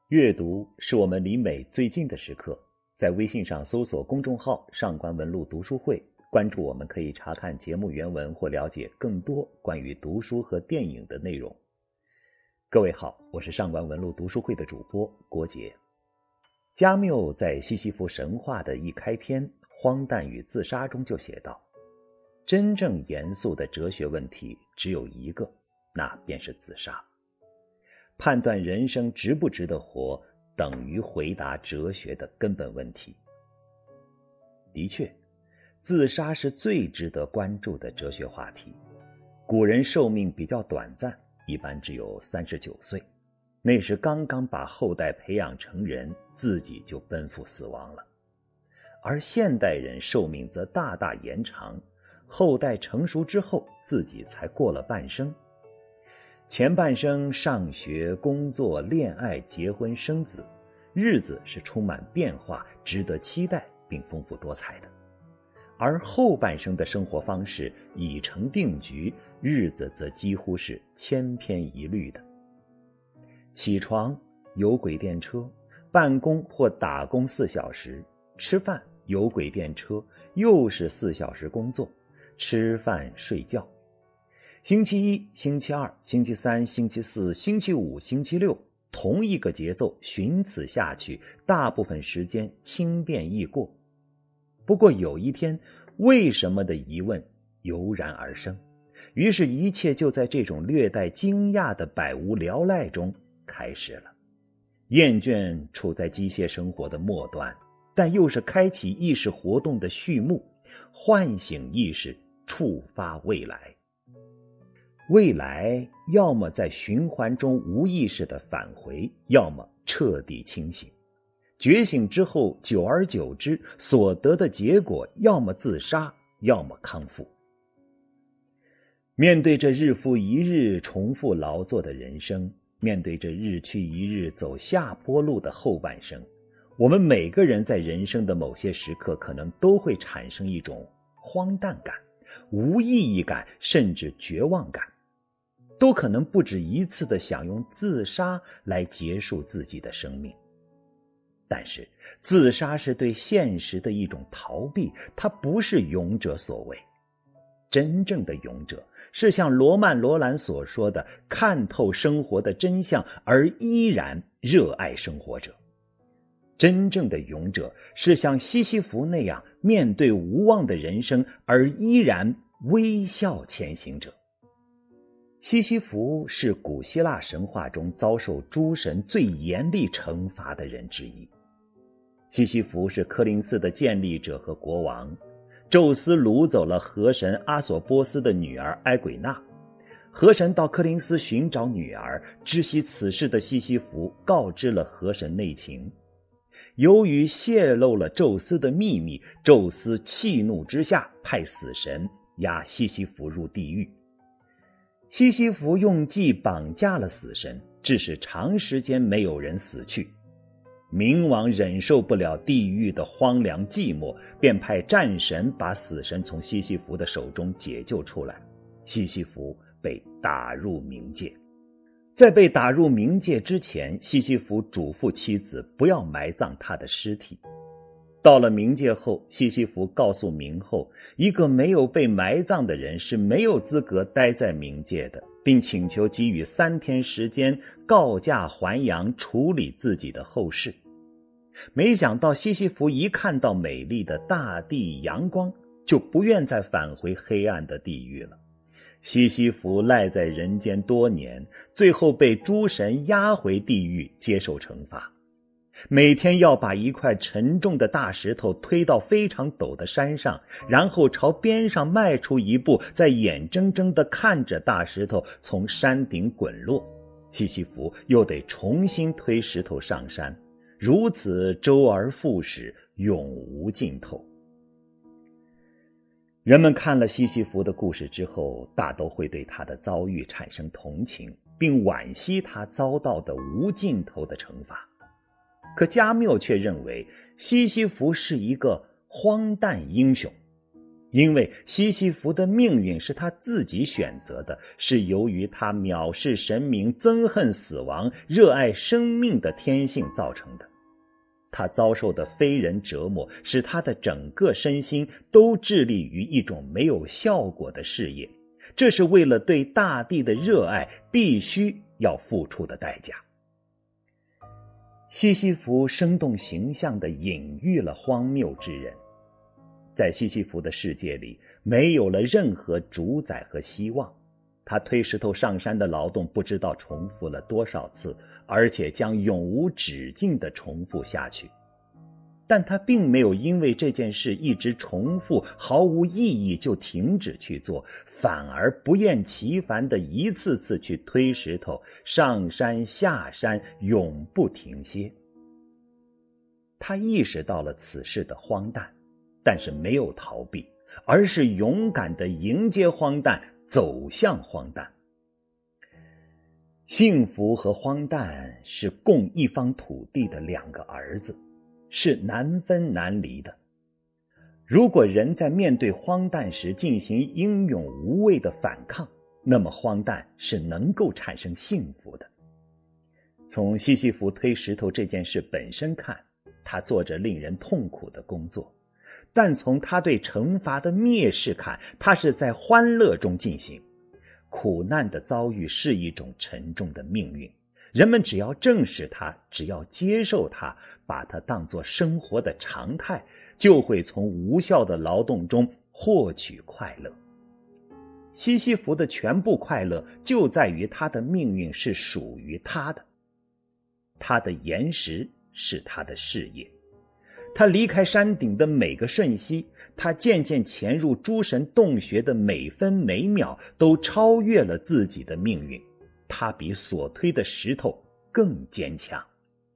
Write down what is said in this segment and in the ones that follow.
阅读是我们离美最近的时刻，在微信上搜索公众号上官文录读书会，关注我们可以查看节目原文或了解更多关于读书和电影的内容。各位好，我是上官文录读书会的主播郭杰。加缪在西西弗神话的一开篇《荒诞与自杀》中就写道，真正严肃的哲学问题只有一个，那便是自杀。判断人生值不值得活，等于回答哲学的根本问题。的确，自杀是最值得关注的哲学话题。古人寿命比较短暂，一般只有39岁，那时刚刚把后代培养成人，自己就奔赴死亡了。而现代人寿命则大大延长，后代成熟之后，自己才过了半生。前半生上学、工作、恋爱、结婚、生子，日子是充满变化，值得期待并丰富多彩的。而后半生的生活方式已成定局，日子则几乎是千篇一律的。起床有轨电车，办公或打工4小时，吃饭有轨电车，又是4小时工作，吃饭睡觉。星期一、星期二、星期三、星期四、星期五、星期六，同一个节奏循此下去，大部分时间轻便易过。不过有一天，为什么的疑问油然而生，于是一切就在这种略带惊讶的百无聊赖中开始了。厌倦处在机械生活的末端，但又是开启意识活动的序幕，唤醒意识，触发未来。未来要么在循环中无意识地返回，要么彻底清醒。觉醒之后，久而久之，所得的结果要么自杀，要么康复。面对着日复一日重复劳作的人生，面对着日去一日走下坡路的后半生，我们每个人在人生的某些时刻可能都会产生一种荒诞感、无意义感，甚至绝望感，都可能不止一次地想用自杀来结束自己的生命。但是自杀是对现实的一种逃避，它不是勇者所为。真正的勇者是像罗曼·罗兰所说的，看透生活的真相而依然热爱生活者。真正的勇者是像西西弗那样，面对无望的人生而依然微笑前行者。西西弗是古希腊神话中遭受诸神最严厉惩罚的人之一。西西弗是柯林斯的建立者和国王，宙斯掳走了河神阿索波斯的女儿埃鬼娜。河神到柯林斯寻找女儿，知悉此事的西西弗告知了河神内情。由于泄露了宙斯的秘密，宙斯气怒之下派死神押西西弗入地狱。西西弗用计绑架了死神，致使长时间没有人死去。冥王忍受不了地狱的荒凉寂寞，便派战神把死神从西西弗的手中解救出来。西西弗被打入冥界。在被打入冥界之前，西西弗嘱咐妻子不要埋葬他的尸体。到了冥界后，西西弗告诉冥后，一个没有被埋葬的人是没有资格待在冥界的，并请求给予3天时间告假还阳，处理自己的后事。没想到西西弗一看到美丽的大地阳光，就不愿再返回黑暗的地狱了。西西弗赖在人间多年，最后被诸神押回地狱接受惩罚。每天要把一块沉重的大石头推到非常陡的山上，然后朝边上迈出一步，再眼睁睁地看着大石头从山顶滚落。西西弗又得重新推石头上山，如此周而复始，永无尽头。人们看了西西弗的故事之后，大都会对他的遭遇产生同情，并惋惜他遭到的无尽头的惩罚。可加缪却认为西西弗是一个荒诞英雄， 因为西西弗的命运是他自己选择的，是由于他藐视神明、憎恨死亡、热爱生命的天性造成的。他遭受的非人折磨，使他的整个身心都致力于一种没有效果的事业，这是为了对大地的热爱必须要付出的代价。西西弗生动形象地隐喻了荒谬之人。在西西弗的世界里，没有了任何主宰和希望。他推石头上山的劳动不知道重复了多少次，而且将永无止境地重复下去。但他并没有因为这件事一直重复毫无意义就停止去做，反而不厌其烦地一次次去推石头，上山下山，永不停歇。他意识到了此事的荒诞，但是没有逃避，而是勇敢地迎接荒诞，走向荒诞。幸福和荒诞是共一方土地的两个儿子，是难分难离的。如果人在面对荒诞时进行英勇无畏的反抗，那么荒诞是能够产生幸福的。从西西弗推石头这件事本身看，他做着令人痛苦的工作，但从他对惩罚的蔑视看，他是在欢乐中进行。苦难的遭遇是一种沉重的命运，人们只要正视它，只要接受它，把它当作生活的常态，就会从无效的劳动中获取快乐。西西弗的全部快乐就在于他的命运是属于他的，他的岩石是他的事业。他离开山顶的每个瞬息，他渐渐潜入诸神洞穴的每分每秒，都超越了自己的命运。他比所推的石头更坚强。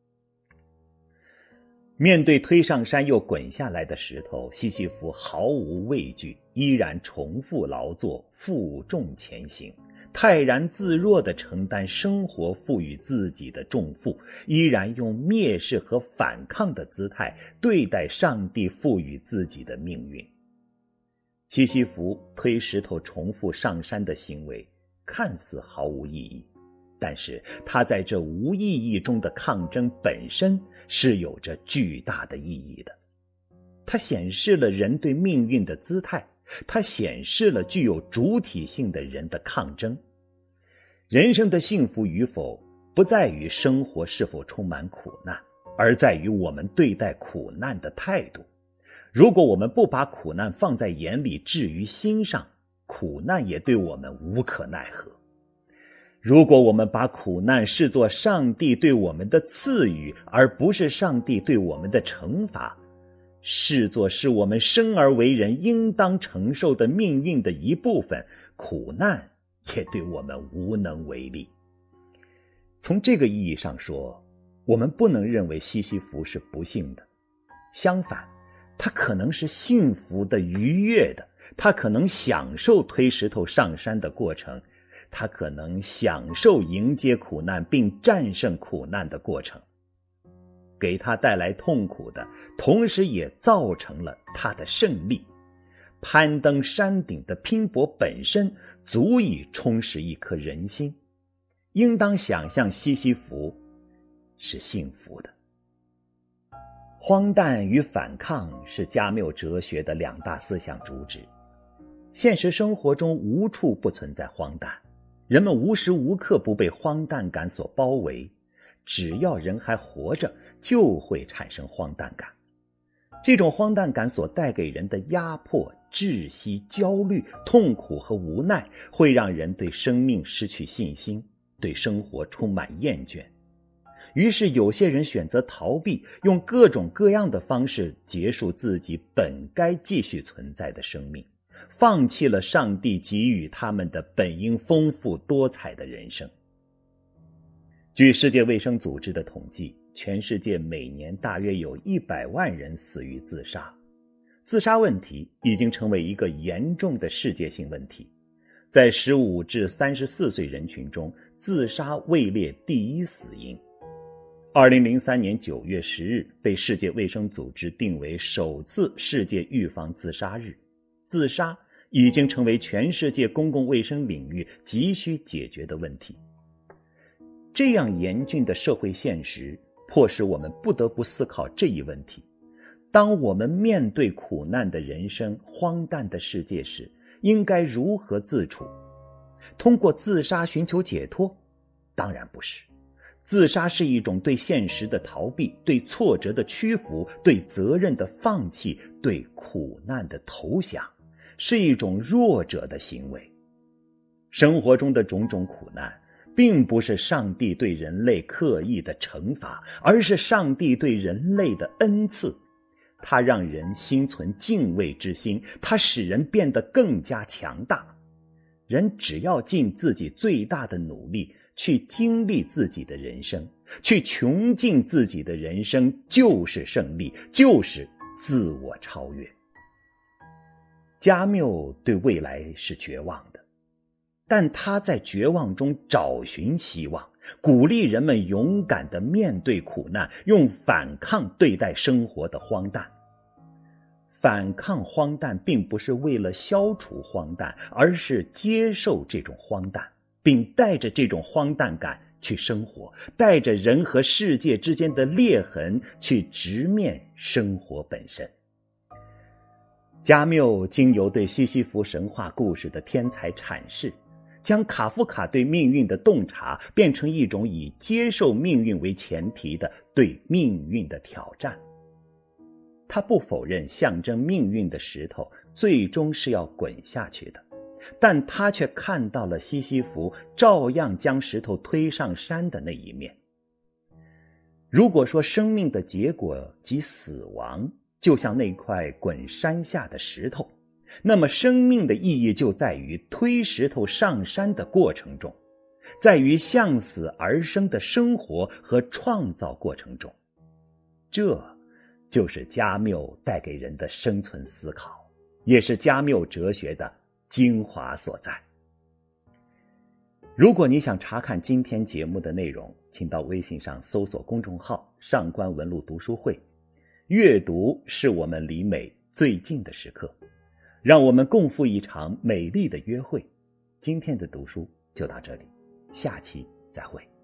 面对推上山又滚下来的石头，西西弗毫无畏惧，依然重复劳作，负重前行，泰然自若地承担生活赋予自己的重负，依然用蔑视和反抗的姿态对待上帝赋予自己的命运。西西弗推石头重复上山的行为看似毫无意义，但是他在这无意义中的抗争本身是有着巨大的意义的。它显示了人对命运的姿态，它显示了具有主体性的人的抗争。人生的幸福与否，不在于生活是否充满苦难，而在于我们对待苦难的态度。如果我们不把苦难放在眼里，置于心上，苦难也对我们无可奈何。如果我们把苦难视作上帝对我们的赐予，而不是上帝对我们的惩罚，视作是我们生而为人应当承受的命运的一部分，苦难也对我们无能为力。从这个意义上说，我们不能认为西西弗是不幸的，相反，他可能是幸福的、愉悦的，他可能享受推石头上山的过程，他可能享受迎接苦难并战胜苦难的过程。给他带来痛苦的，同时也造成了他的胜利。攀登山顶的拼搏本身足以充实一颗人心，应当想象西西弗是幸福的。荒诞与反抗是加缪哲学的两大思想主旨。现实生活中无处不存在荒诞，人们无时无刻不被荒诞感所包围，只要人还活着，就会产生荒诞感。这种荒诞感所带给人的压迫、窒息、焦虑、痛苦和无奈，会让人对生命失去信心，对生活充满厌倦。于是有些人选择逃避，用各种各样的方式结束自己本该继续存在的生命，放弃了上帝给予他们的本应丰富多彩的人生。据世界卫生组织的统计，全世界每年大约有100万人死于自杀。自杀问题已经成为一个严重的世界性问题。在15至34岁人群中，自杀位列第一死因。2003年9月10日被世界卫生组织定为首次世界预防自杀日。 自杀已经成为全世界公共卫生领域急需解决的问题。这样严峻的社会现实迫使我们不得不思考这一问题：当我们面对苦难的人生、荒诞的世界时，应该如何自处？通过自杀寻求解脱？当然不是。自杀是一种对现实的逃避，对挫折的屈服，对责任的放弃，对苦难的投降，是一种弱者的行为。生活中的种种苦难并不是上帝对人类刻意的惩罚，而是上帝对人类的恩赐。它让人心存敬畏之心，它使人变得更加强大。人只要尽自己最大的努力去经历自己的人生，去穷尽自己的人生，就是胜利，就是自我超越。加缪对未来是绝望的，但他在绝望中找寻希望，鼓励人们勇敢地面对苦难，用反抗对待生活的荒诞。反抗荒诞并不是为了消除荒诞，而是接受这种荒诞，并带着这种荒诞感去生活，带着人和世界之间的裂痕去直面生活本身。加缪经由对西西弗神话故事的天才阐释，将卡夫卡对命运的洞察变成一种以接受命运为前提的对命运的挑战。他不否认象征命运的石头最终是要滚下去的，但他却看到了西西弗照样将石头推上山的那一面。如果说生命的结果即死亡就像那块滚山下的石头，那么生命的意义就在于推石头上山的过程中，在于向死而生的生活和创造过程中。这就是加缪带给人的生存思考，也是加缪哲学的精华所在。如果你想查看今天节目的内容，请到微信上搜索公众号上官文路读书会。阅读是我们离美最近的时刻，让我们共赴一场美丽的约会。今天的读书就到这里，下期再会。